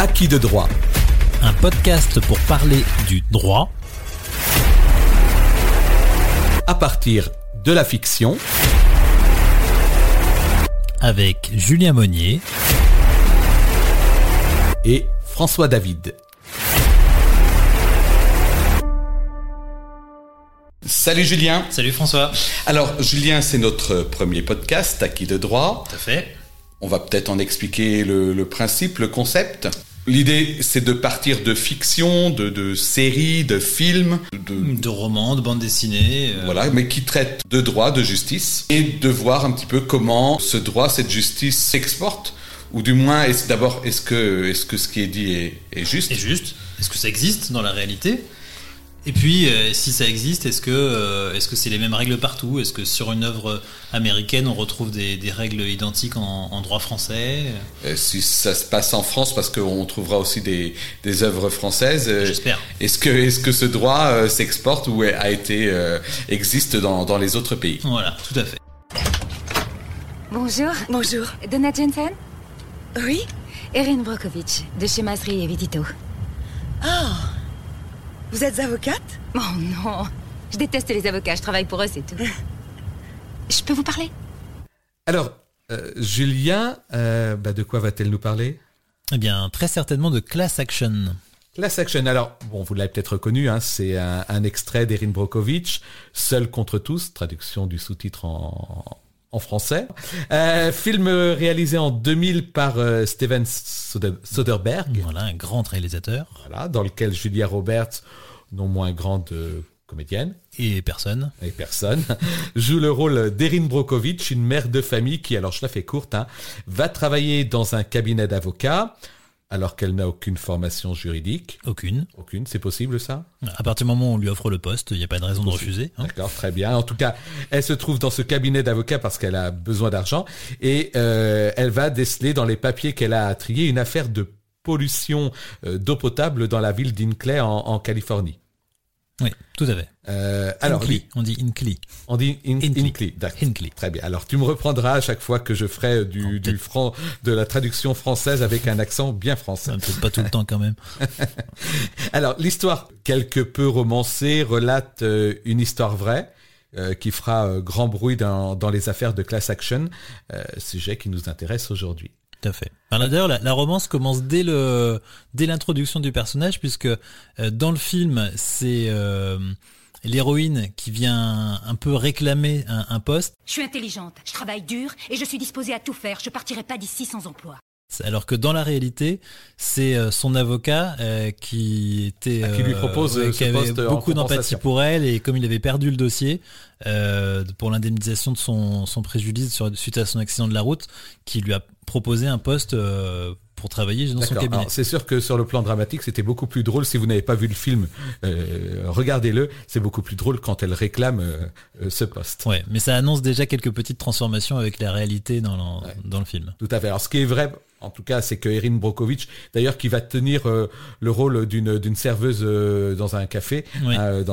Acquis de droit. Un podcast pour parler du droit À partir de la fiction. avec Julien Monnier Et François David. Salut Julien. Salut François. Alors Julien, c'est notre premier podcast, Acquis de droit. Tout à fait. On va peut-être en expliquer le principe, le concept. L'idée, c'est de partir de fiction, de séries, de films, De romans, de bandes dessinées. voilà, mais qui traitent de droit, de justice, et de voir un petit peu comment ce droit, cette justice s'exporte, ou du moins, est-ce que ce qui est dit est juste. Et juste, est-ce que ça existe dans la réalité ? Et puis, si ça existe, est-ce que c'est les mêmes règles partout ? Est-ce que sur une œuvre américaine, on retrouve des règles identiques en droit français ? Si ça se passe en France, parce qu'on trouvera aussi des œuvres françaises. J'espère. Est-ce que ce droit s'exporte ou existe dans les autres pays ? Voilà, tout à fait. Bonjour. Bonjour. Donna Jensen. Oui? Erin Brockovich, de chez Masri et Vidito. Ah. Vous êtes avocate? Oh non, je déteste les avocats, je travaille pour eux, c'est tout. Je peux vous parler? Alors, Julien, de quoi va-t-elle nous parler ? Eh bien, très certainement de Class Action. Class Action, alors, vous l'avez peut-être reconnu, c'est un extrait d'Erin Brockovich, Seul contre tous, traduction du sous-titre en français. Film réalisé en 2000 par Steven Soderbergh. Voilà, un grand réalisateur. Voilà, dans lequel Julia Roberts, non moins grande comédienne, Et personne. joue le rôle d'Erin Brockovich, une mère de famille qui, alors je la fais courte, va travailler dans un cabinet d'avocats, alors qu'elle n'a aucune formation juridique. Aucune. C'est possible ça ? À partir du moment où on lui offre le poste, il n'y a pas de raison de refuser. D'accord, très bien. En tout cas, elle se trouve dans ce cabinet d'avocats parce qu'elle a besoin d'argent et elle va déceler dans les papiers qu'elle a à trier une affaire de pollution d'eau potable dans la ville d'Hinckley en Californie. Oui, tout à fait. Alors, Hinckley, on dit Hinckley. On dit Hinckley. D'accord. Hinckley. Très bien. Alors, tu me reprendras à chaque fois que je ferai de la traduction française avec un accent bien français. Peut-être pas tout le temps quand même. Alors, l'histoire, quelque peu romancée, relate une histoire vraie qui fera grand bruit dans les affaires de class action, sujet qui nous intéresse aujourd'hui. Tout à fait. Alors d'ailleurs, la romance commence dès l'introduction du personnage, puisque dans le film, c'est l'héroïne qui vient un peu réclamer un poste. Je suis intelligente, je travaille dur et je suis disposée à tout faire. Je partirai pas d'ici sans emploi. Alors que dans la réalité, c'est son avocat qui lui propose qui avait poste beaucoup en d'empathie compensation. pour elle, et comme il avait perdu le dossier pour l'indemnisation de son préjudice suite à son accident de la route, qui lui a proposé un poste pour travailler dans son D'accord. cabinet. Alors, c'est sûr que sur le plan dramatique, c'était beaucoup plus drôle. Si vous n'avez pas vu le film, regardez-le. C'est beaucoup plus drôle quand elle réclame ce poste. Ouais, mais ça annonce déjà quelques petites transformations avec la réalité dans le film. Tout à fait. Alors, ce qui est vrai, en tout cas, c'est que Erin Brockovich, d'ailleurs, qui va tenir le rôle d'une serveuse dans un café, Oui.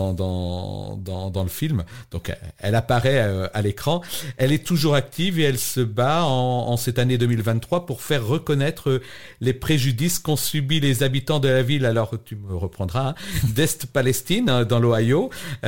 dans le film. Donc, elle apparaît à l'écran. Elle est toujours active et elle se bat en cette année 2023 pour faire reconnaître les préjudices qu'ont subis les habitants de la ville. Alors, tu me reprendras, d'Est Palestine, dans l'Ohio,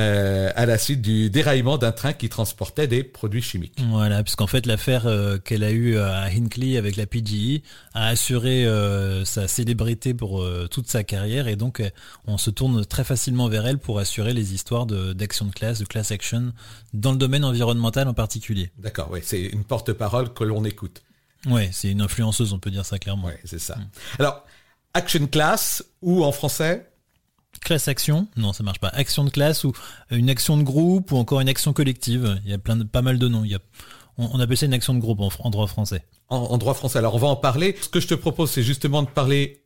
à la suite du déraillement d'un train qui transportait des produits chimiques. Voilà, puisqu'en fait l'affaire qu'elle a eue à Hinckley avec la PGE a assuré sa célébrité pour toute sa carrière, et donc on se tourne très facilement vers elle pour assurer les histoires d'action de class action, dans le domaine environnemental en particulier. D'accord, oui, c'est une porte-parole que l'on écoute. Ouais, c'est une influenceuse, on peut dire ça clairement. Ouais, c'est ça. Alors, action class, ou en français ? Class action, non ça marche pas. Action de classe, ou une action de groupe, ou encore une action collective. Il y a pas mal de noms. On appelle ça une action de groupe en droit français. En droit français. Alors, on va en parler. Ce que je te propose, c'est justement de parler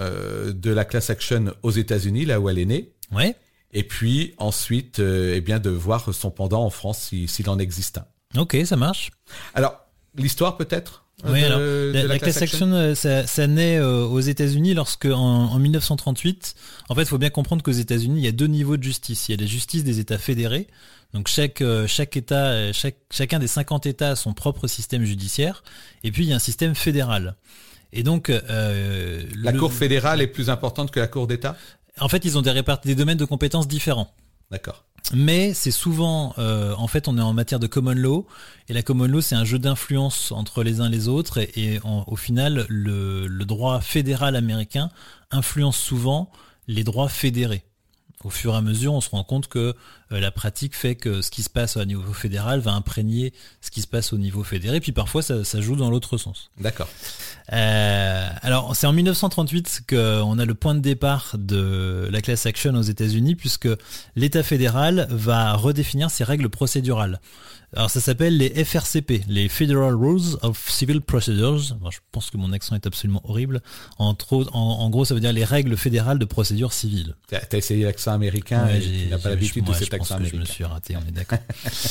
de la class action aux États-Unis, là où elle est née. Ouais. Et puis, ensuite, de voir son pendant en France, s'il en existe un. Ok, ça marche. Alors, l'histoire peut-être ? Oui, alors, la class action, ça naît aux États-Unis lorsque, en 1938, en fait, il faut bien comprendre qu'aux États-Unis, il y a deux niveaux de justice. Il y a la justice des États fédérés. Donc chaque État, chacun des 50 États a son propre système judiciaire. Et puis il y a un système fédéral. Et donc la Cour fédérale est plus importante que la Cour d'État ? En fait, ils ont des domaines de compétences différents. D'accord. Mais c'est souvent, en fait, on est en matière de common law, et la common law, c'est un jeu d'influence entre les uns et les autres, et au final, le droit fédéral américain influence souvent les droits fédérés. Au fur et à mesure, on se rend compte que la pratique fait que ce qui se passe au niveau fédéral va imprégner ce qui se passe au niveau fédéré, puis parfois ça joue dans l'autre sens. D'accord. Alors, c'est en 1938 qu'on a le point de départ de la class action aux États-Unis, puisque l'État fédéral va redéfinir ses règles procédurales. Alors, ça s'appelle les FRCP, les Federal Rules of Civil Procedures. Bon, je pense que mon accent est absolument horrible. En gros, ça veut dire les règles fédérales de procédure civile. T'as essayé l'accent américain, ouais, et tu n'as pas l'habitude de cet accent américain. Je me suis raté, on est d'accord.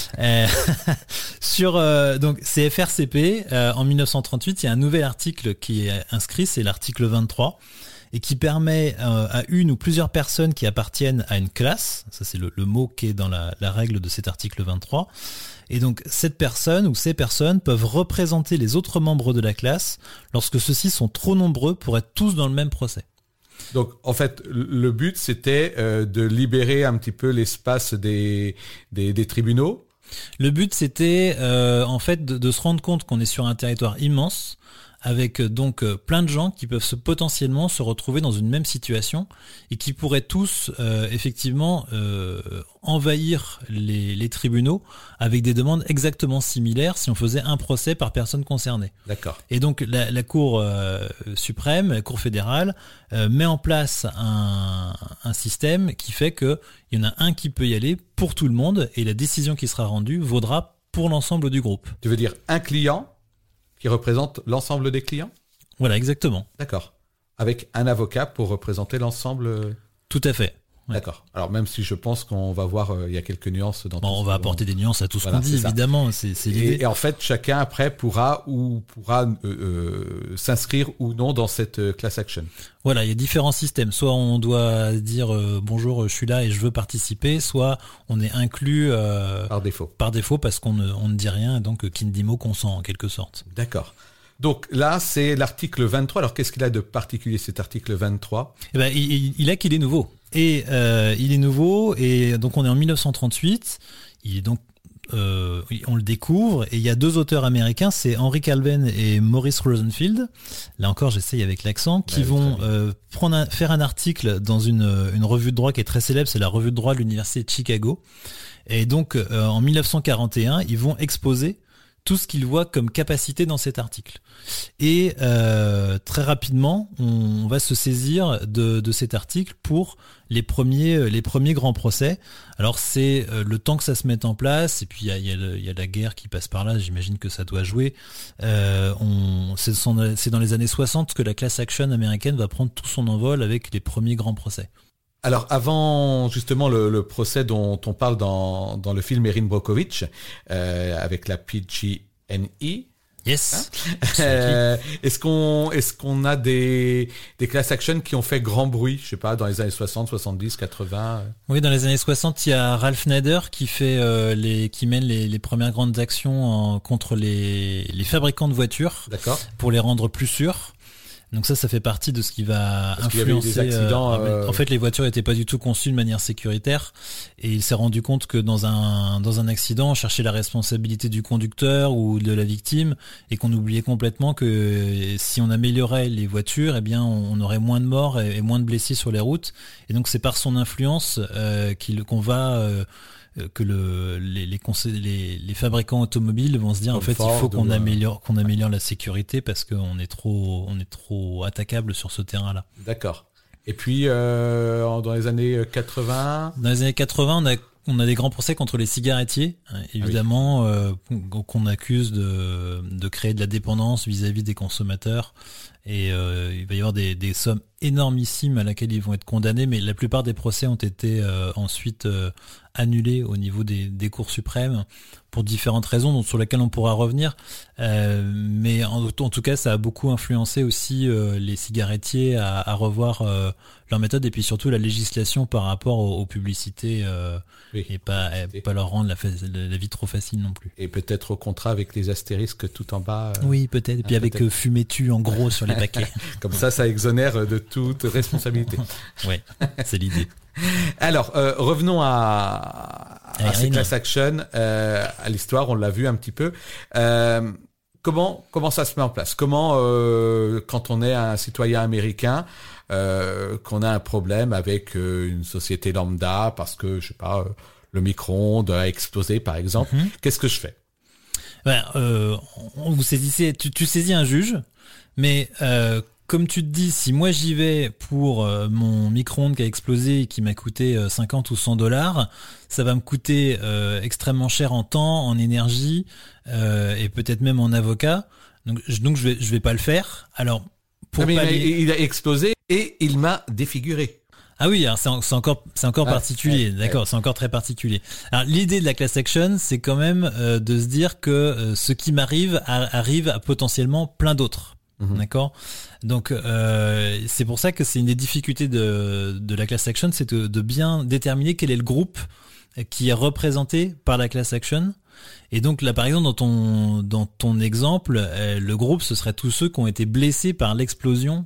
Donc, ces FRCP, en 1938, il y a un nouvel article qui est inscrit, c'est l'article 23. Et qui permet à une ou plusieurs personnes qui appartiennent à une classe, ça c'est le mot qui est dans la règle de cet article 23, et donc cette personne ou ces personnes peuvent représenter les autres membres de la classe lorsque ceux-ci sont trop nombreux pour être tous dans le même procès. Donc en fait le but c'était de libérer un petit peu l'espace des tribunaux. Le but c'était en fait de se rendre compte qu'on est sur un territoire immense, avec donc plein de gens qui peuvent potentiellement se retrouver dans une même situation et qui pourraient tous effectivement envahir les tribunaux avec des demandes exactement similaires si on faisait un procès par personne concernée. D'accord. Et donc la Cour suprême, la Cour fédérale, met en place un système qui fait qu'il y en a un qui peut y aller pour tout le monde et la décision qui sera rendue vaudra pour l'ensemble du groupe. Tu veux dire un client qui représente l'ensemble des clients ? Voilà, exactement. D'accord. Avec un avocat pour représenter l'ensemble. Tout à fait. Ouais. D'accord. Alors même si je pense qu'on va voir, il y a quelques nuances dans tout on va apporter des nuances à tout ce voilà, qu'on dit, évidemment. C'est l'idée. Et en fait, chacun après pourra s'inscrire ou non dans cette class action. Voilà, il y a différents systèmes. Soit on doit dire bonjour, je suis là et je veux participer, soit on est inclus par défaut. Par défaut parce qu'on ne dit rien, donc qui ne dit mot consent en quelque sorte. D'accord. Donc là, c'est l'article 23. Alors qu'est-ce qu'il a de particulier cet article 23 ? Eh ben, il a qu'il est nouveau. Et il est nouveau, et donc on est en 1938. Il est donc on le découvre, et il y a deux auteurs américains, c'est Henry Calven et Maurice Rosenfield. Là encore, j'essaye avec l'accent, qui vont faire un article dans une revue de droit qui est très célèbre, c'est la revue de droit de l'université de Chicago. Et donc en 1941, ils vont exposer tout ce qu'ils voient comme capacité dans cet article. Et très rapidement, on va se saisir de cet article pour les premiers grands procès. Alors c'est le temps que ça se mette en place, et puis il y a la guerre qui passe par là, j'imagine que ça doit jouer. C'est dans les années 60 que la class action américaine va prendre tout son envol avec les premiers grands procès. Alors avant justement le procès dont on parle dans le film Erin Brockovich avec la PG&E. Yes. Est-ce qu'on a des class action qui ont fait grand bruit, je sais pas, dans les années 60, 70, 80 Oui, dans les années 60, il y a Ralph Nader qui mène les premières grandes actions contre les fabricants de voitures. D'accord. Pour les rendre plus sûrs. Donc ça fait partie de ce qui va influencer. Qu'il y avait eu des accidents. En fait, les voitures n'étaient pas du tout conçues de manière sécuritaire, et il s'est rendu compte que dans un accident, on cherchait la responsabilité du conducteur ou de la victime, et qu'on oubliait complètement que si on améliorait les voitures, eh bien, on aurait moins de morts et moins de blessés sur les routes. Et donc c'est par son influence que les fabricants automobiles vont se dire, en fait, il faut qu'on améliore la sécurité parce qu'on est trop attaquable sur ce terrain-là. D'accord. Et puis dans les années 80. Dans les années 80, on a des grands procès contre les cigarettiers, évidemment, qu'on accuse de créer de la dépendance vis-à-vis des consommateurs. Et il va y avoir des sommes énormissimes à laquelle ils vont être condamnés, mais la plupart des procès ont été ensuite annulés au niveau des cours suprêmes pour différentes raisons sur lesquelles on pourra revenir. Mais en tout cas, ça a beaucoup influencé aussi les cigarettiers à revoir leur méthode, et puis surtout la législation par rapport aux publicités et pas leur rendre la vie trop facile non plus. Et peut-être au contrat avec les astérisques tout en bas. Oui, peut-être. Et puis avec peut-être. fumez-tu en gros sur les paquet. Comme ça exonère de toute responsabilité. Ouais, c'est l'idée. Alors, revenons à ces class action, à l'histoire, on l'a vu un petit peu. Comment ça se met en place? Comment, quand on est un citoyen américain, qu'on a un problème avec une société lambda parce que, je sais pas, le micro-ondes a explosé, par exemple, qu'est-ce que je fais? Vous saisissez, tu saisis un juge, mais comme tu te dis, si moi j'y vais pour mon micro-ondes qui a explosé et qui m'a coûté 50 ou $100, ça va me coûter extrêmement cher en temps, en énergie et peut-être même en avocat. Donc je vais pas le faire. Alors il a explosé et il m'a défiguré. Ah oui, c'est encore particulier, d'accord, c'est encore très particulier. Alors l'idée de la class action, c'est quand même de se dire que ce qui m'arrive arrive à potentiellement plein d'autres. D'accord. Donc c'est pour ça que c'est une des difficultés de la class action, c'est de bien déterminer quel est le groupe qui est représenté par la class action. Et donc là, par exemple, dans ton exemple, le groupe, ce serait tous ceux qui ont été blessés par l'explosion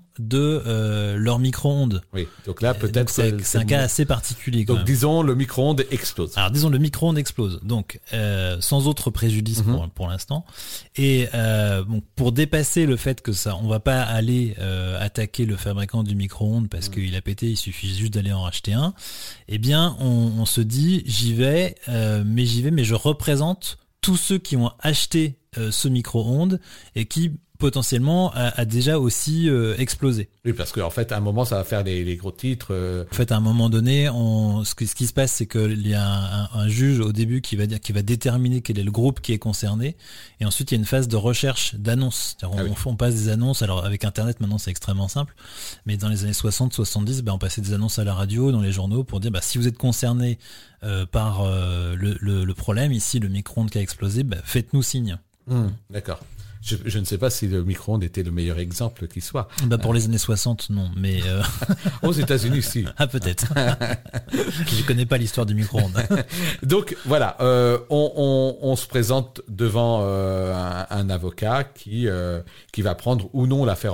de leur micro-ondes. Oui, donc là, peut-être... C'est un cas assez particulier. Donc disons, le micro-ondes explose. Alors disons, le micro-ondes explose. Donc, sans autre préjudice pour l'instant. Et bon, pour dépasser le fait que ça, on va pas aller attaquer le fabricant du micro-ondes parce qu'il a pété, il suffit juste d'aller en racheter un. Eh bien, on se dit, j'y vais, mais je représente tous ceux qui ont acheté ce micro-ondes et qui potentiellement a déjà aussi explosé. Oui, parce qu'en fait, à un moment, ça va faire les gros titres. En fait, à un moment donné, ce qui se passe, c'est qu'il y a un juge au début qui va déterminer quel est le groupe qui est concerné, et ensuite il y a une phase de recherche d'annonces. On passe des annonces. Alors avec Internet, maintenant, c'est extrêmement simple, mais dans les années 60-70, on passait des annonces à la radio, dans les journaux, pour dire si vous êtes concerné par le problème, ici le micro-ondes qui a explosé, faites-nous signe. D'accord. Je ne sais pas si le micro-ondes était le meilleur exemple qui soit. Pour les années 60, non, mais... Aux États-Unis, si. Ah, peut-être. Je connais pas l'histoire du micro-ondes. Donc, voilà, on se présente devant un avocat qui va prendre ou non l'affaire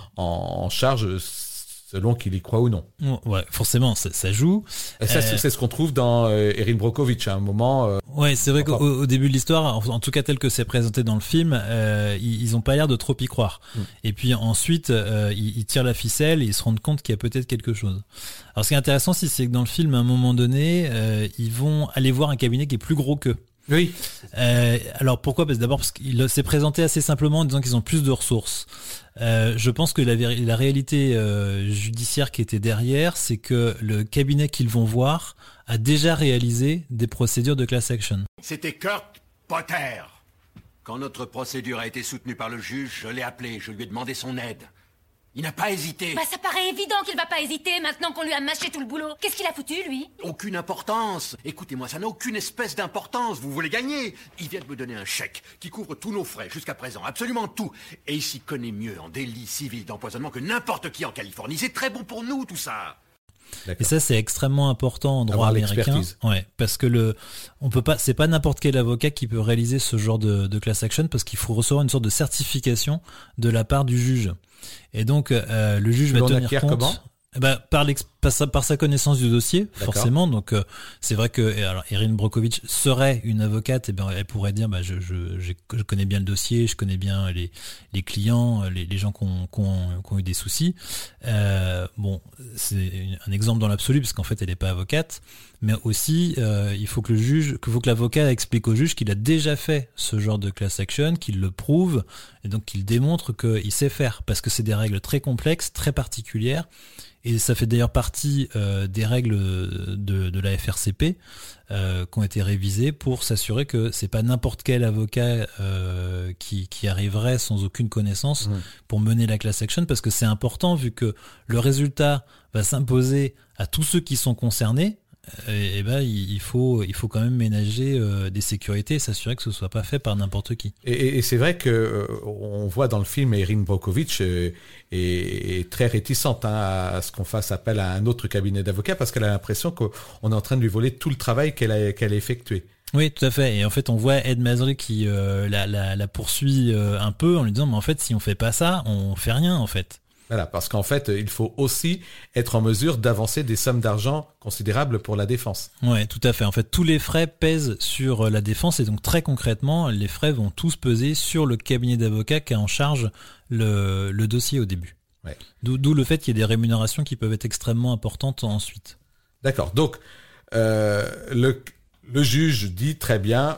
en charge, selon qu'il y croit ou non. Ouais, forcément, ça joue. Et ça, c'est ce qu'on trouve dans Erin Brockovich à un moment. Ouais, c'est vrai qu'au début de l'histoire, en tout cas tel que c'est présenté dans le film, ils ont pas l'air de trop y croire. Et puis ensuite, ils tirent la ficelle et ils se rendent compte qu'il y a peut-être quelque chose. Alors ce qui est intéressant, c'est que dans le film, à un moment donné, ils vont aller voir un cabinet qui est plus gros qu'eux. Oui. Alors pourquoi? Parce qu'il s'est présenté assez simplement en disant qu'ils ont plus de ressources. Je pense que la réalité judiciaire qui était derrière, c'est que le cabinet qu'ils vont voir a déjà réalisé des procédures de class action. C'était Kurt Potter. Quand notre procédure a été soutenue par le juge, je l'ai appelé, je lui ai demandé son aide. Il n'a pas hésité. Ça paraît évident qu'il va pas hésiter maintenant qu'on lui a mâché tout le boulot. Qu'est-ce qu'il a foutu, lui? Aucune importance. Écoutez-moi, ça n'a aucune espèce d'importance. Vous voulez gagner. Il vient de me donner un chèque qui couvre tous nos frais jusqu'à présent, absolument tout. Et il s'y connaît mieux en délit civil d'empoisonnement que n'importe qui en Californie. C'est très bon pour nous, tout ça. Et ça, c'est extrêmement important en droit américain. Ouais, parce que on peut pas, c'est pas n'importe quel avocat qui peut réaliser ce genre de class action, parce qu'il faut recevoir une sorte de certification de la part du juge. Et donc, le juge va tenir compte. Comment? Par sa connaissance du dossier, forcément. Donc c'est vrai que Erin Brockovich serait une avocate, et elle pourrait dire je connais bien le dossier, je connais bien les clients, les gens qui ont eu des soucis. C'est un exemple dans l'absolu parce qu'en fait elle n'est pas avocate, mais aussi il faut que l'avocat explique au juge qu'il a déjà fait ce genre de class action, qu'il le prouve et donc qu'il démontre qu'il sait faire, parce que c'est des règles très complexes, très particulières. Et ça fait d'ailleurs partie des règles de la FRCP qui ont été révisées pour s'assurer que c'est pas n'importe quel avocat qui arriverait sans aucune connaissance pour mener la class action, parce que c'est important vu que le résultat va s'imposer à tous ceux qui sont concernés. Il faut quand même ménager des sécurités et s'assurer que ce soit pas fait par n'importe qui. Et c'est vrai que on voit dans le film Erin Brockovich est très réticente à ce qu'on fasse appel à un autre cabinet d'avocats, parce qu'elle a l'impression qu'on est en train de lui voler tout le travail qu'elle a effectué. Oui, tout à fait. Et en fait, on voit Ed Masry qui la poursuit un peu en lui disant, mais en fait, si on fait pas ça, on fait rien, en fait. Voilà, parce qu'en fait, il faut aussi être en mesure d'avancer des sommes d'argent considérables pour la défense. Ouais, tout à fait. En fait, tous les frais pèsent sur la défense et donc très concrètement, les frais vont tous peser sur le cabinet d'avocats qui a en charge le dossier au début. Ouais. D'où le fait qu'il y ait des rémunérations qui peuvent être extrêmement importantes ensuite. D'accord. Donc, le juge dit très bien,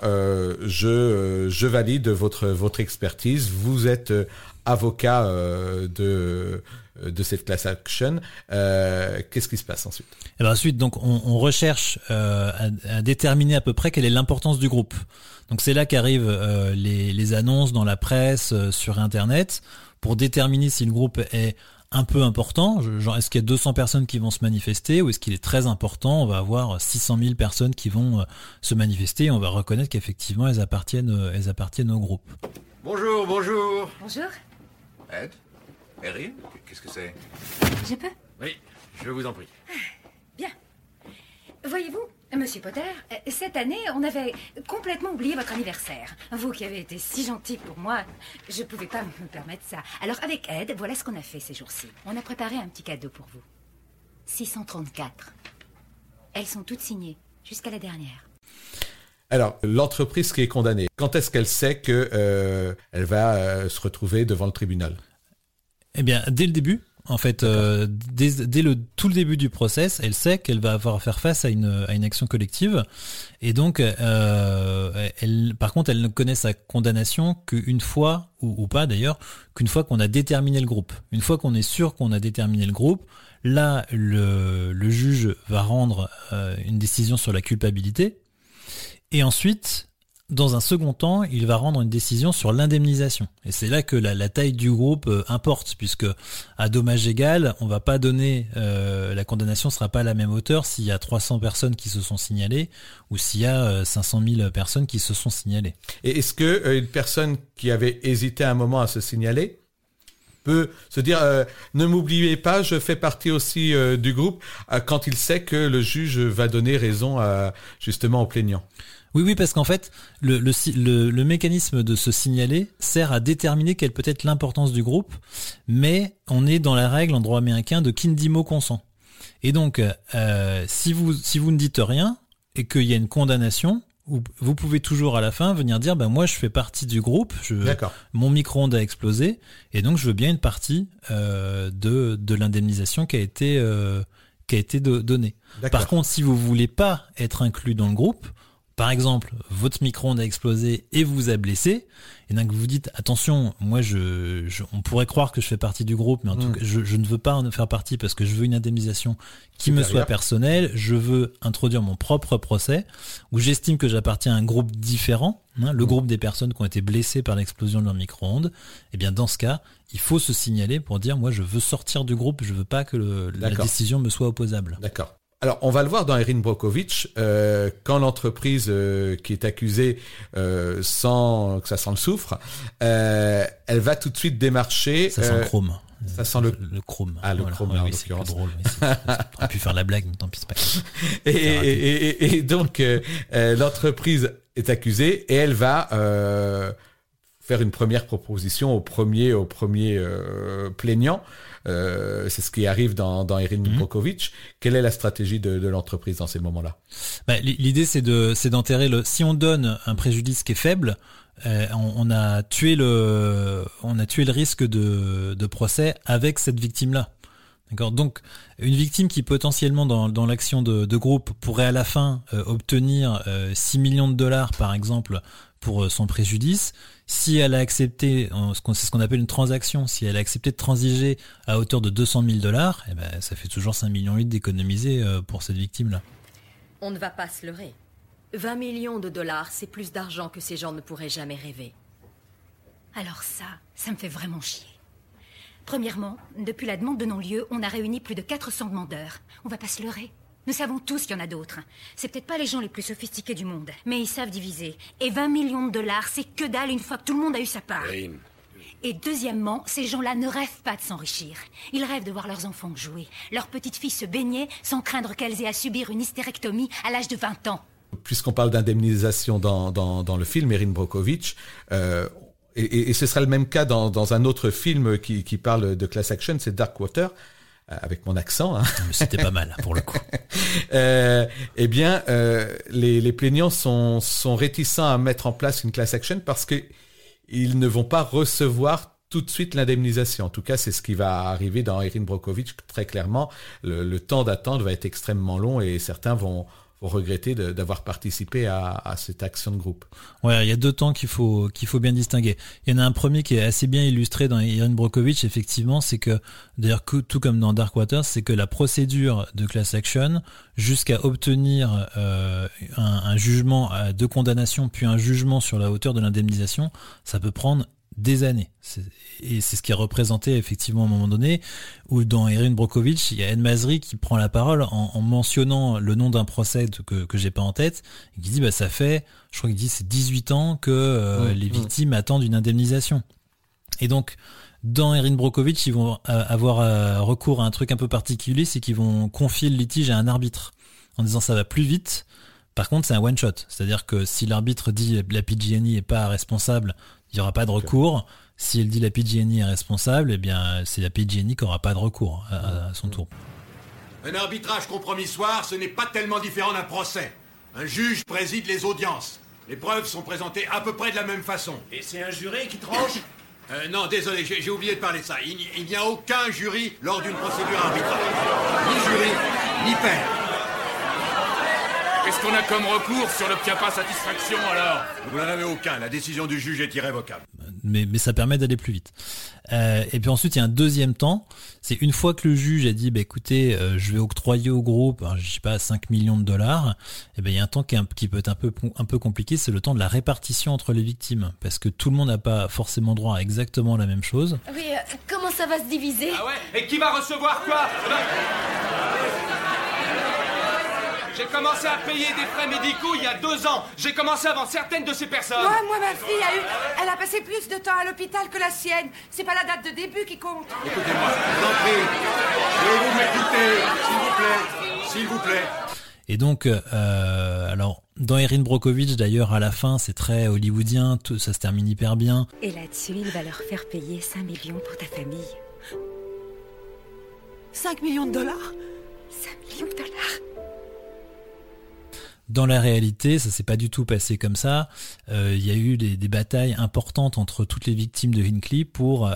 je valide votre expertise. Vous êtes avocat de cette class action. Qu'est-ce qui se passe ensuite? Et bien ensuite, donc, on recherche à déterminer à peu près quelle est l'importance du groupe. Donc c'est là qu'arrivent les annonces dans la presse, sur Internet, pour déterminer si le groupe est un peu important, genre est-ce qu'il y a 200 personnes qui vont se manifester ou est-ce qu'il est très important, on va avoir 600 000 personnes qui vont se manifester et on va reconnaître qu'effectivement elles appartiennent au groupe. Bonjour, bonjour. Bonjour. Ed? Erin? Qu'est-ce que c'est? Je peux? Oui, je vous en prie. Bien. Voyez-vous, Monsieur Potter, cette année, on avait complètement oublié votre anniversaire. Vous qui avez été si gentil pour moi, je pouvais pas me permettre ça. Alors avec Ed, voilà ce qu'on a fait ces jours-ci. On a préparé un petit cadeau pour vous. 634. Elles sont toutes signées, jusqu'à la dernière. Alors, l'entreprise qui est condamnée, quand est-ce qu'elle sait que elle va se retrouver devant le tribunal? Eh bien, dès le début. En fait, dès tout le début du process, elle sait qu'elle va avoir à faire face à une action collective. Et donc, par contre, elle ne connaît sa condamnation qu'une fois, ou pas d'ailleurs, qu'une fois qu'on a déterminé le groupe. Une fois qu'on est sûr qu'on a déterminé le groupe, là, le juge va rendre une décision sur la culpabilité. Et ensuite, dans un second temps, il va rendre une décision sur l'indemnisation. Et c'est là que la taille du groupe importe, puisque à dommage égal, on va pas donner, la condamnation sera pas à la même hauteur s'il y a 300 personnes qui se sont signalées ou s'il y a 500 000 personnes qui se sont signalées. Et est-ce que une personne qui avait hésité un moment à se signaler peut se dire ne m'oubliez pas, je fais partie aussi du groupe, quand il sait que le juge va donner raison justement au plaignant? Oui, parce qu'en fait, le mécanisme de se signaler sert à déterminer quelle peut être l'importance du groupe, mais on est dans la règle en droit américain de qui ne dit mot consent. Et donc, si vous ne dites rien et qu'il y a une condamnation, vous pouvez toujours à la fin venir dire moi je fais partie du groupe, mon micro-ondes a explosé et donc je veux bien une partie de l'indemnisation qui a été donnée. Par contre, si vous voulez pas être inclus dans le groupe, par exemple, votre micro-ondes a explosé et vous a blessé, et donc vous dites attention, moi on pourrait croire que je fais partie du groupe, mais en tout cas je ne veux pas en faire partie parce que je veux une indemnisation qui me soit personnelle, je veux introduire mon propre procès, où j'estime que j'appartiens à un groupe différent, le groupe des personnes qui ont été blessées par l'explosion de leur micro-ondes. Et bien dans ce cas, il faut se signaler pour dire moi je veux sortir du groupe, je veux pas que la décision me soit opposable. D'accord. Alors, on va le voir dans Erin Brockovich, quand l'entreprise qui est accusée sent que ça sent le soufre, elle va tout de suite démarcher. Ça sent le chrome. Ça sent le chrome. Ah, le chrome, en c'est l'occurrence. drôle. On aurait pu faire la blague, mais tant pis, c'est pas grave. Et donc, l'entreprise est accusée et elle va faire une première proposition au premier plaignant. C'est ce qui arrive dans Erin Brockovich. Quelle est la stratégie de l'entreprise dans ces moments-là? L'idée, c'est d'enterrer si on donne un préjudice qui est faible, on a tué le risque de procès avec cette victime-là. D'accord. Donc, une victime qui potentiellement dans l'action de groupe pourrait à la fin obtenir 6 millions de dollars, par exemple, pour son préjudice. Si elle a accepté, c'est ce qu'on appelle une transaction, si elle a accepté de transiger à hauteur de 200 000 dollars, ça fait toujours 5,8 millions d'économiser pour cette victime-là. On ne va pas se leurrer. 20 millions de dollars, c'est plus d'argent que ces gens ne pourraient jamais rêver. Alors ça me fait vraiment chier. Premièrement, depuis la demande de non-lieu, on a réuni plus de 400 demandeurs. On va pas se leurrer. Nous savons tous qu'il y en a d'autres. C'est peut-être pas les gens les plus sophistiqués du monde, mais ils savent diviser. Et 20 millions de dollars, c'est que dalle une fois que tout le monde a eu sa part. Et deuxièmement, ces gens-là ne rêvent pas de s'enrichir. Ils rêvent de voir leurs enfants jouer, leurs petites filles se baigner sans craindre qu'elles aient à subir une hystérectomie à l'âge de 20 ans. puisqu'on parle d'indemnisation dans le film, Erin Brockovich, et ce sera le même cas dans un autre film qui parle de class action, c'est Darkwater, avec mon accent. Hein. C'était pas mal, pour le coup. Les plaignants sont réticents à mettre en place une class action parce qu'ils ne vont pas recevoir tout de suite l'indemnisation. En tout cas, c'est ce qui va arriver dans Erin Brockovich, très clairement. Le temps d'attente va être extrêmement long et certains vont regretter d'avoir participé à cette action de groupe. Ouais, il y a deux temps qu'il faut bien distinguer. Il y en a un premier qui est assez bien illustré dans Erin Brockovich, effectivement, c'est que, d'ailleurs, tout comme dans Darkwater, c'est que la procédure de class action, jusqu'à obtenir un jugement de condamnation, puis un jugement sur la hauteur de l'indemnisation, ça peut prendre des années. Et c'est ce qui est représenté effectivement à un moment donné, où dans Erin Brockovich, il y a Ed Masry qui prend la parole en mentionnant le nom d'un procès que j'ai pas en tête, et qui dit ça fait, je crois qu'il dit c'est 18 ans que les victimes attendent une indemnisation. Et donc, dans Erin Brockovich, ils vont avoir recours à un truc un peu particulier, c'est qu'ils vont confier le litige à un arbitre, en disant ça va plus vite. Par contre, c'est un one-shot. C'est-à-dire que si l'arbitre dit la PG&E est pas responsable, il n'y aura pas de recours. Si elle dit la PG&E est responsable, eh bien, c'est la PG&E qui n'aura pas de recours à son tour. Un arbitrage compromissoire, ce n'est pas tellement différent d'un procès. Un juge préside les audiences. Les preuves sont présentées à peu près de la même façon. Et c'est un juré qui tranche ? Non, désolé, j'ai oublié de parler de ça. Il n'y a aucun jury lors d'une procédure arbitrale. Ni jury, ni père. Qu'est-ce qu'on a comme recours si on n'obtient pas satisfaction alors ? Vous n'en avez aucun, la décision du juge est irrévocable. Mais ça permet d'aller plus vite. Et puis ensuite, il y a un deuxième temps, c'est une fois que le juge a dit, écoutez, je vais octroyer au groupe, je sais pas, 5 millions de dollars, et ben il y a un temps qui peut être un peu compliqué, c'est le temps de la répartition entre les victimes, parce que tout le monde n'a pas forcément droit à exactement la même chose. Oui, comment ça va se diviser ? Ah ouais ? Et qui va recevoir quoi ? J'ai commencé à payer des frais médicaux il y a 2 ans. J'ai commencé avant certaines de ces personnes. Moi, ma fille elle a passé plus de temps à l'hôpital que la sienne. C'est pas la date de début qui compte. Écoutez-moi, je vous en prie. Je vais vous m'écouter, s'il vous plaît. Et donc, alors, dans Erin Brockovich, d'ailleurs, à la fin, c'est très hollywoodien, ça se termine hyper bien. Et là-dessus, il va leur faire payer 5 millions pour ta famille. 5 millions de dollars ? 5 millions de dollars. Dans la réalité, ça s'est pas du tout passé comme ça. Il y a eu des batailles importantes entre toutes les victimes de Hinckley pour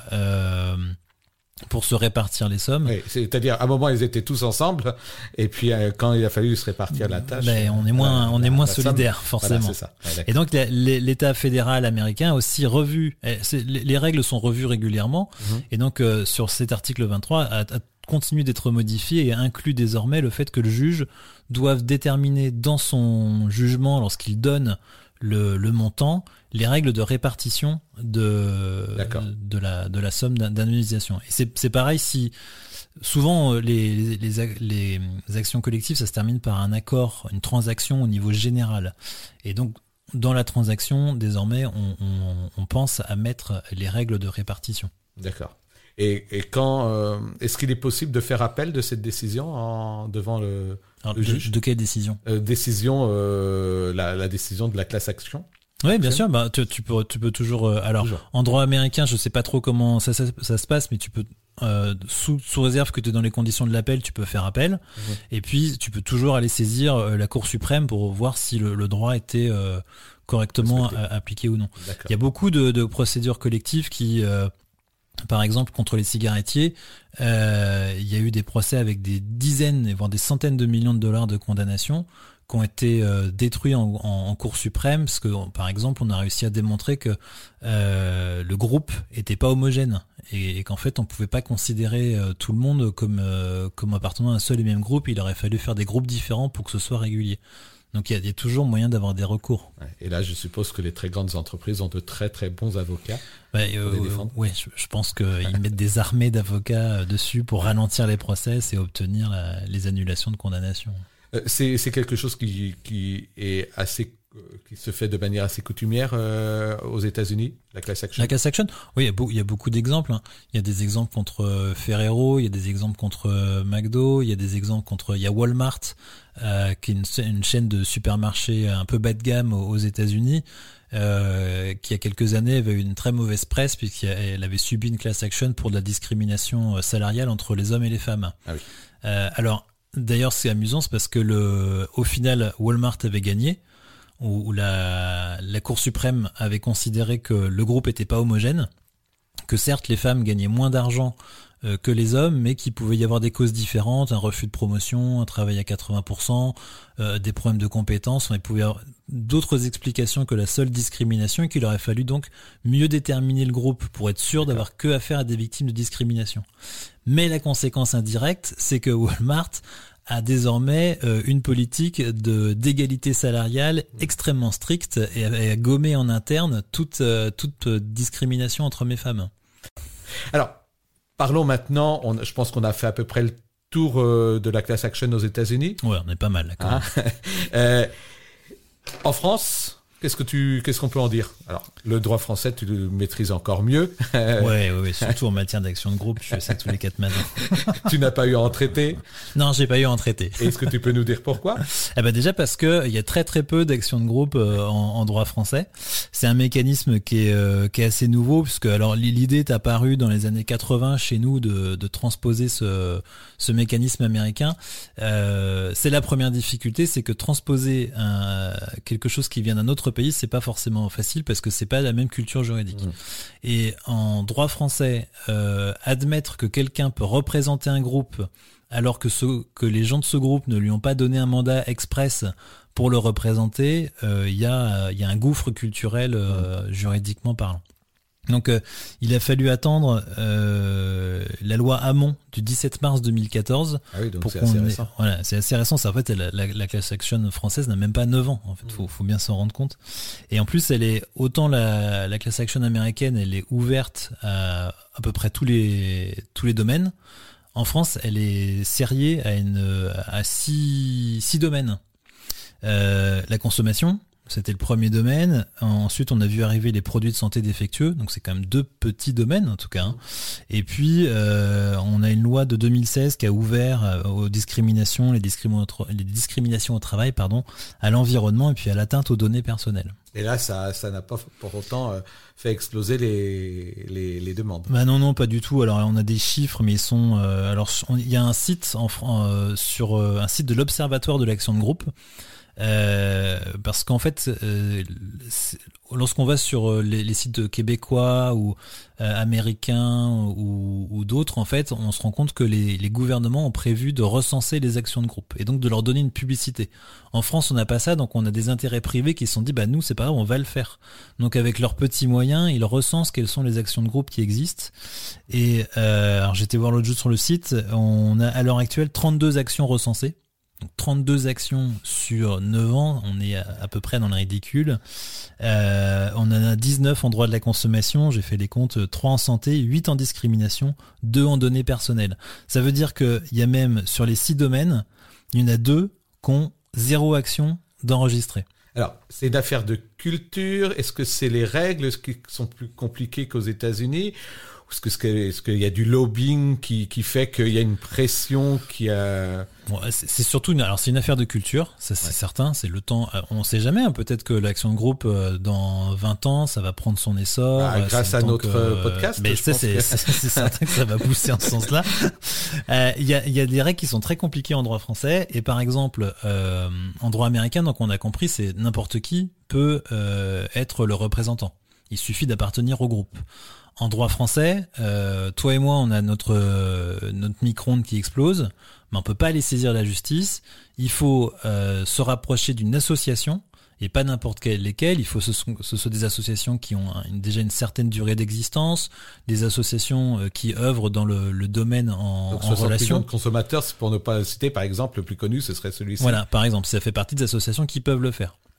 se répartir les sommes. Oui, c'est-à-dire à un moment ils étaient tous ensemble et puis quand il a fallu se répartir la tâche, on est moins solidaire forcément. Voilà, c'est ça. Ouais, et donc l'État fédéral américain a aussi revu. Les règles sont revues régulièrement et donc sur cet article 23 a continue d'être modifié et inclut désormais le fait que le juge doive déterminer dans son jugement, lorsqu'il donne le montant, les règles de répartition de la somme d'indemnisation. Et c'est pareil si souvent les actions collectives, ça se termine par un accord, une transaction au niveau général. Et donc dans la transaction, désormais, on pense à mettre les règles de répartition. D'accord. Et quand est-ce qu'il est possible de faire appel de cette décision devant le juge ? De quelle décision ? La décision de la class action. Oui, bien sûr. Tu peux toujours. En droit américain, je sais pas trop comment ça se passe, mais tu peux sous réserve que tu es dans les conditions de l'appel, tu peux faire appel. Et puis tu peux toujours aller saisir la Cour suprême pour voir si le droit était correctement appliqué ou non. D'accord. Il y a beaucoup de procédures collectives qui par exemple, contre les cigarettiers, il y a eu des procès avec des dizaines, voire des centaines de millions de dollars de condamnation qui ont été détruits en Cour suprême, parce que, par exemple, on a réussi à démontrer que le groupe était pas homogène et qu'en fait, on pouvait pas considérer tout le monde comme appartenant à un seul et même groupe. Il aurait fallu faire des groupes différents pour que ce soit régulier. Donc il y a toujours moyen d'avoir des recours. Et là, je suppose que les très grandes entreprises ont de très très bons avocats pour les défendre. Oui, je pense qu'ils mettent des armées d'avocats dessus pour ralentir les procès et obtenir les annulations de condamnation. C'est quelque chose qui est assez qui se fait de manière assez coutumière aux États-Unis, la class action. La class action, oui, il y a beaucoup d'exemples. Hein. Il y a des exemples contre Ferrero, il y a des exemples contre McDo, il y a des exemples contre, il y a Walmart, qui est une chaîne de supermarchés un peu bas de gamme aux États-Unis, qui il y a quelques années avait eu une très mauvaise presse puisqu'elle avait subi une class action pour de la discrimination salariale entre les hommes et les femmes. Ah oui. Alors, d'ailleurs, c'est amusant, c'est parce que au final, Walmart avait gagné, où la Cour suprême avait considéré que le groupe était pas homogène, que certes les femmes gagnaient moins d'argent que les hommes, mais qu'il pouvait y avoir des causes différentes, un refus de promotion, un travail à 80%, des problèmes de compétences, il pouvait y avoir d'autres explications que la seule discrimination, et qu'il aurait fallu donc mieux déterminer le groupe pour être sûr d'avoir que affaire à des victimes de discrimination. Mais la conséquence indirecte, c'est que Walmart a désormais une politique d'égalité salariale extrêmement stricte et a gommé en interne toute discrimination entre hommes et femmes. Alors, parlons maintenant, je pense qu'on a fait à peu près le tour de la class action aux États-Unis. Ouais, on est pas mal, d'accord. En France, qu'est-ce qu'on peut en dire? Alors, le droit français, tu le maîtrises encore mieux. Ouais, surtout en matière d'action de groupe, je fais ça tous les 4 matins. Tu n'as pas eu à en traiter? Non, j'ai pas eu à en traiter. Est-ce que tu peux nous dire pourquoi? Déjà parce que il y a très peu d'actions de groupe en droit français. C'est un mécanisme qui est assez nouveau, puisque alors l'idée est apparue dans les années 80 chez nous de transposer ce mécanisme américain. C'est la première difficulté, c'est que transposer quelque chose qui vient d'un autre pays, c'est pas forcément facile parce que c'est pas la même culture juridique. Et en droit français, admettre que quelqu'un peut représenter un groupe alors que les gens de ce groupe ne lui ont pas donné un mandat express pour le représenter, il y a un gouffre culturel juridiquement parlant. Donc il a fallu attendre la loi Hamon du 17 mars 2014. Ah oui, donc c'est assez récent. Voilà, c'est assez récent. Ça, en fait, la class action française n'a même pas 9 ans. En fait, faut bien s'en rendre compte. Et en plus, elle est autant la class action américaine, elle est ouverte à peu près tous les domaines. En France, elle est serrée à 6 domaines. La consommation. C'était le premier domaine. Ensuite, on a vu arriver les produits de santé défectueux. Donc, c'est quand même 2 petits domaines, en tout cas. Hein. Et puis, on a une loi de 2016 qui a ouvert aux discriminations, les discriminations au travail, à l'environnement et puis à l'atteinte aux données personnelles. Et là, ça n'a pas pour autant fait exploser les demandes. Non, pas du tout. Alors, on a des chiffres, mais ils sont. Il y a un site sur un site de l'Observatoire de l'action de groupe. Parce qu'en fait, lorsqu'on va sur les sites québécois ou américains ou d'autres, en fait, on se rend compte que les gouvernements ont prévu de recenser les actions de groupe et donc de leur donner une publicité. En France, on n'a pas ça, donc on a des intérêts privés qui se sont dit, nous, c'est pas grave, on va le faire. Donc avec leurs petits moyens, ils recensent quelles sont les actions de groupe qui existent. Et alors j'étais voir l'autre jour sur le site, on a à l'heure actuelle 32 actions recensées. 32 actions sur 9 ans, on est à peu près dans le ridicule. On en a 19 en droit de la consommation, j'ai fait les comptes, 3 en santé, 8 en discrimination, 2 en données personnelles. Ça veut dire qu'il y a même sur les 6 domaines, il y en a 2 qui ont 0 action d'enregistrer. Alors, c'est une affaire de culture. Est-ce que c'est les règles qui sont plus compliquées qu'aux États-Unis? Est-ce qu'il y a du lobbying qui fait qu'il y a une pression qui a... Bon, c'est surtout c'est une affaire de culture, ça c'est certain, c'est le temps, on sait jamais, peut-être que l'action de groupe dans 20 ans, ça va prendre son essor. Grâce à notre podcast. Mais c'est certain que ça va pousser en ce sens-là. Il y a des règles qui sont très compliquées en droit français, et par exemple, en droit américain, donc on a compris, c'est n'importe qui peut être le représentant. Il suffit d'appartenir au groupe. En droit français, toi et moi, on a notre micro-ondes qui explose, mais on peut pas aller saisir la justice. Il faut se rapprocher d'une association, et pas n'importe lesquelles. Il faut ce sont des associations qui ont déjà une certaine durée d'existence, des associations qui œuvrent dans le domaine en relation. Donc, consommateurs, pour ne pas le citer, par exemple, le plus connu, ce serait celui-ci. Voilà, par exemple, ça fait partie des associations qui peuvent le faire.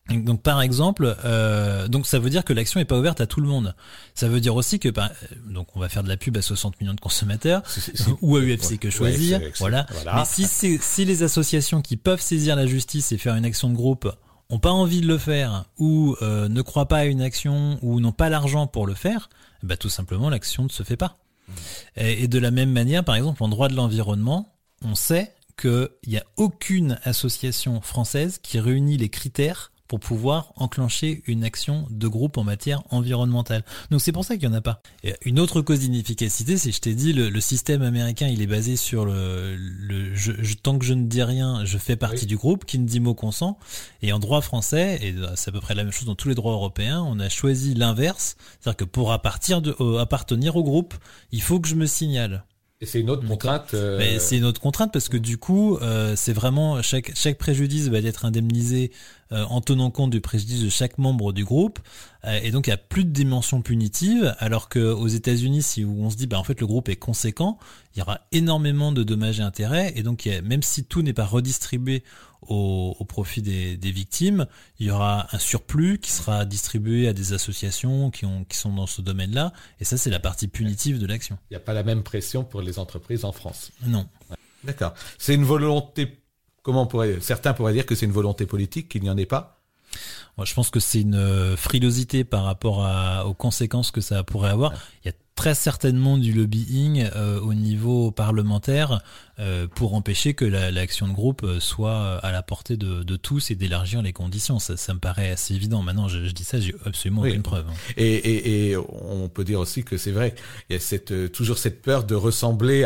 Donc par exemple, donc ça veut dire que l'action est pas ouverte à tout le monde. Ça veut dire aussi que donc on va faire de la pub à 60 millions de consommateurs ou à UFC que choisir, voilà. Mais si les associations qui peuvent saisir la justice et faire une action de groupe ont pas envie de le faire ou ne croient pas à une action ou n'ont pas l'argent pour le faire, tout simplement l'action ne se fait pas. Et de la même manière, par exemple en droit de l'environnement, on sait qu'il n'y a aucune association française qui réunit les critères pour pouvoir enclencher une action de groupe en matière environnementale. Donc c'est pour ça qu'il n'y en a pas. Et une autre cause d'inefficacité, c'est, je t'ai dit, le système américain, il est basé sur tant que je ne dis rien, je fais partie du groupe, qui ne dit mot consent. Et en droit français, et c'est à peu près la même chose dans tous les droits européens, on a choisi l'inverse. C'est-à-dire que pour appartenir au groupe, il faut que je me signale. Et c'est une autre contrainte. Mais c'est une autre contrainte parce que du coup, c'est vraiment chaque préjudice va être indemnisé en tenant compte du préjudice de chaque membre du groupe, et donc il y a plus de dimension punitive. Alors que aux États-Unis, où on se dit, en fait, le groupe est conséquent, il y aura énormément de dommages et intérêts, et donc même si tout n'est pas redistribué au profit des victimes, il y aura un surplus qui sera distribué à des associations qui sont dans ce domaine-là, et ça c'est la partie punitive de l'action. Il n'y a pas la même pression pour les entreprises en France. Non. Ouais. D'accord. C'est une volonté, certains pourraient dire que c'est une volonté politique, qu'il n'y en ait pas. Moi, je pense que c'est une frilosité par rapport aux conséquences que ça pourrait avoir. Il y a très certainement du lobbying au niveau parlementaire pour empêcher que l'action de groupe soit à la portée de tous et d'élargir les conditions. Ça me paraît assez évident. Maintenant, je dis ça, j'ai absolument aucune preuve. Et on peut dire aussi que c'est vrai, il y a toujours cette peur de ressembler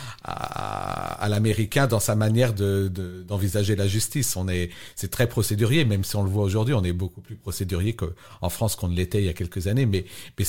à l'américain dans sa manière d'envisager la justice. C'est très procédurier, même si on le voit aujourd'hui, on est beaucoup plus procédurier qu'en France qu'on ne l'était il y a quelques années. Mais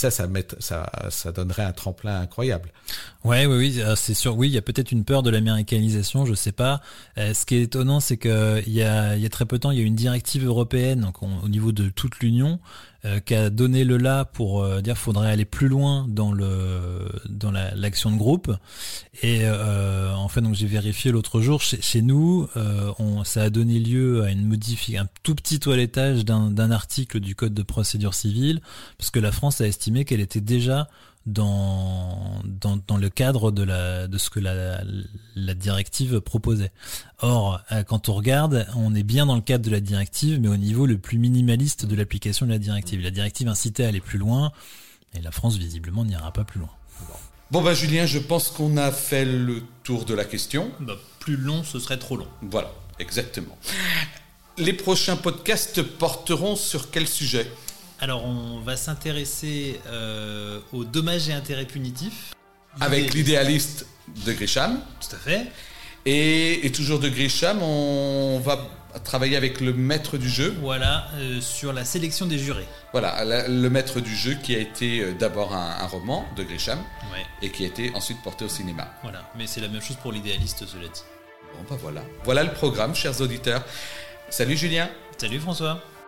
ça donnerait un tremplin incroyable. Oui, c'est sûr. Oui, il y a peut-être une peur de l'américanisation, je sais pas. Ce qui est étonnant, c'est que il y a très peu de temps, il y a une directive européenne, donc au niveau de toute l'Union, qui a donné le là pour dire qu'il faudrait aller plus loin dans l'action de groupe. Et en fait, donc j'ai vérifié l'autre jour, chez nous, ça a donné lieu à un tout petit toilettage d'un article du Code de procédure civile, parce que la France a estimé qu'elle était déjà dans le cadre de ce que la directive proposait. Or, quand on regarde, on est bien dans le cadre de la directive, mais au niveau le plus minimaliste de l'application de la directive. La directive incitait à aller plus loin, et la France, visiblement, n'ira pas plus loin. Bon, Julien, je pense qu'on a fait le tour de la question. Plus long, ce serait trop long. Voilà, exactement. Les prochains podcasts porteront sur quel sujet ? Alors, on va s'intéresser aux dommages et intérêts punitifs. Avec l'idéaliste de Grisham. Tout à fait. Et toujours de Grisham, on va travailler avec le maître du jeu. Voilà, sur la sélection des jurés. Voilà, le maître du jeu qui a été d'abord un roman de Grisham, et qui a été ensuite porté au cinéma. Voilà, mais c'est la même chose pour l'idéaliste, cela dit. Bon, voilà. Voilà le programme, chers auditeurs. Salut Julien. Salut François.